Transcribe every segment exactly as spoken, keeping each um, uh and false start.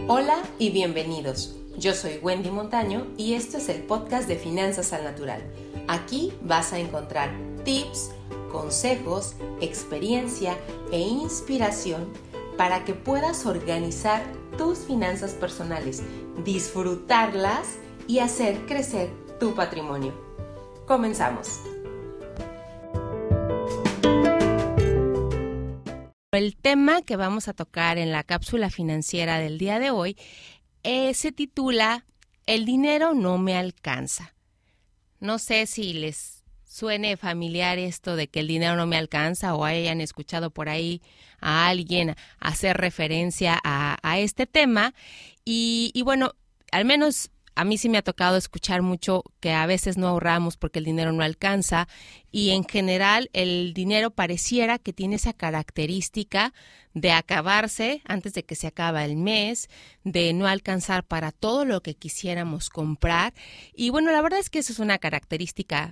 Hola y bienvenidos. Yo soy Wendy Montaño y esto es el podcast de Finanzas al Natural. Aquí vas a encontrar tips, consejos, experiencia e inspiración para que puedas organizar tus finanzas personales, disfrutarlas y hacer crecer tu patrimonio. Comenzamos. El tema que vamos a tocar en la cápsula financiera del día de hoy eh, se titula El dinero no me alcanza. No sé si les suene familiar esto de que el dinero no me alcanza o hayan escuchado por ahí a alguien hacer referencia a, a este tema. Y, y bueno, al menos a mí sí me ha tocado escuchar mucho que a veces no ahorramos porque el dinero no alcanza y en general el dinero pareciera que tiene esa característica de acabarse antes de que se acaba el mes, de no alcanzar para todo lo que quisiéramos comprar. Y bueno, la verdad es que eso es una característica,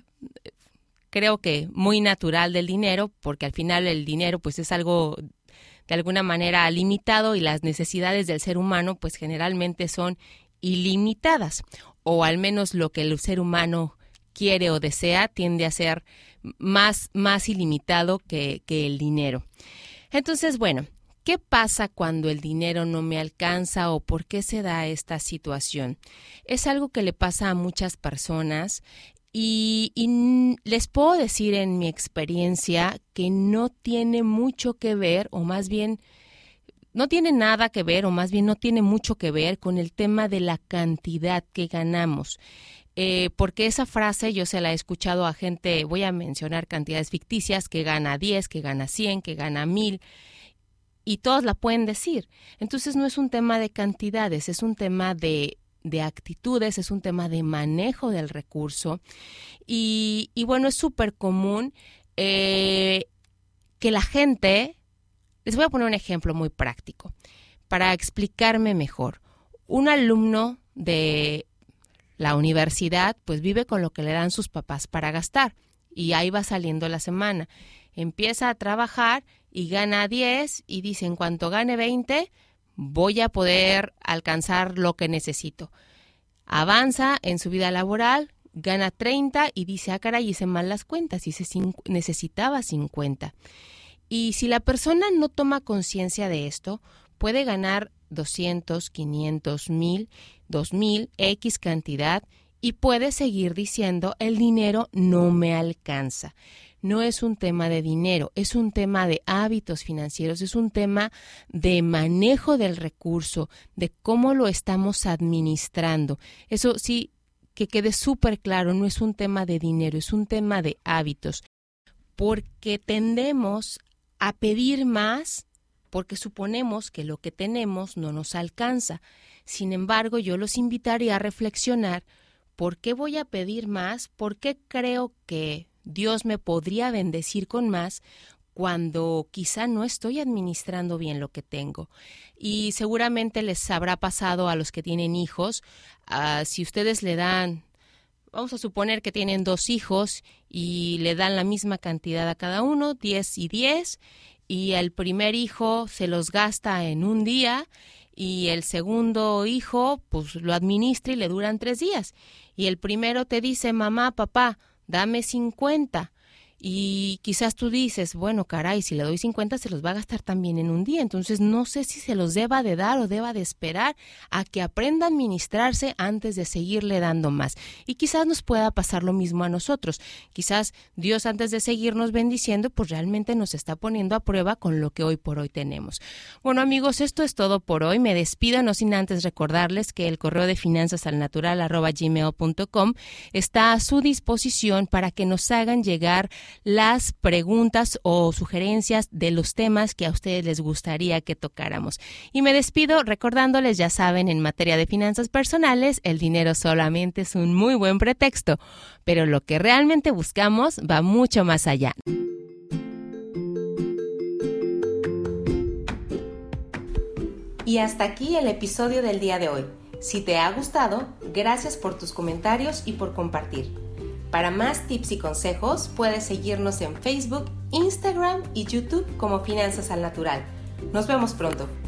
creo que muy natural del dinero, porque al final el dinero pues es algo de alguna manera limitado y las necesidades del ser humano pues generalmente son ilimitadas, o al menos lo que el ser humano quiere o desea tiende a ser más, más ilimitado que, que el dinero. Entonces, bueno, ¿qué pasa cuando el dinero no me alcanza o por qué se da esta situación? Es algo que le pasa a muchas personas y, y les puedo decir en mi experiencia que no tiene mucho que ver, o más bien no tiene nada que ver, o más bien no tiene mucho que ver con el tema de la cantidad que ganamos. Eh, porque esa frase yo se la he escuchado a gente, voy a mencionar cantidades ficticias, que gana diez, que gana cien, que gana mil, y todos la pueden decir. Entonces no es un tema de cantidades, es un tema de, de actitudes, es un tema de manejo del recurso. Y, y bueno, es súper común eh, que la gente... Les voy a poner un ejemplo muy práctico para explicarme mejor. Un alumno de la universidad pues vive con lo que le dan sus papás para gastar y ahí va saliendo la semana. Empieza a trabajar y gana diez y dice, en cuanto gane veinte voy a poder alcanzar lo que necesito. Avanza en su vida laboral, gana treinta y dice, ah caray, hice mal las cuentas, hice cinco, necesitaba cincuenta. Y si la persona no toma conciencia de esto, puede ganar doscientos, quinientos, mil, dos mil, X cantidad y puede seguir diciendo el dinero no me alcanza. No es un tema de dinero, es un tema de hábitos financieros, es un tema de manejo del recurso, de cómo lo estamos administrando. Eso sí, que quede súper claro, no es un tema de dinero, es un tema de hábitos, porque tendemos a pedir más porque suponemos que lo que tenemos no nos alcanza. Sin embargo, yo los invitaría a reflexionar ¿por qué voy a pedir más? ¿Por qué creo que Dios me podría bendecir con más cuando quizá no estoy administrando bien lo que tengo? Y seguramente les habrá pasado a los que tienen hijos, uh, si ustedes le dan... Vamos a suponer que tienen dos hijos y le dan la misma cantidad a cada uno, diez y diez, y el primer hijo se los gasta en un día y el segundo hijo pues lo administra y le duran tres días. Y el primero te dice, mamá, papá, dame cincuenta. Y quizás tú dices, bueno, caray, si le doy cincuenta se los va a gastar también en un día. Entonces no sé si se los deba de dar o deba de esperar a que aprenda a administrarse antes de seguirle dando más. Y quizás nos pueda pasar lo mismo a nosotros. Quizás Dios antes de seguirnos bendiciendo, pues realmente nos está poniendo a prueba con lo que hoy por hoy tenemos. Bueno, amigos, esto es todo por hoy. Me despido, no sin antes recordarles que el correo de finanzasalnatural arroba gmail punto com está a su disposición para que nos hagan llegar las preguntas o sugerencias de los temas que a ustedes les gustaría que tocáramos. Y me despido recordándoles, ya saben, en materia de finanzas personales, el dinero solamente es un muy buen pretexto, pero lo que realmente buscamos va mucho más allá. Y hasta aquí el episodio del día de hoy. Si te ha gustado, gracias por tus comentarios y por compartir. Para más tips y consejos, puedes seguirnos en Facebook, Instagram y YouTube como Finanzas al Natural. Nos vemos pronto.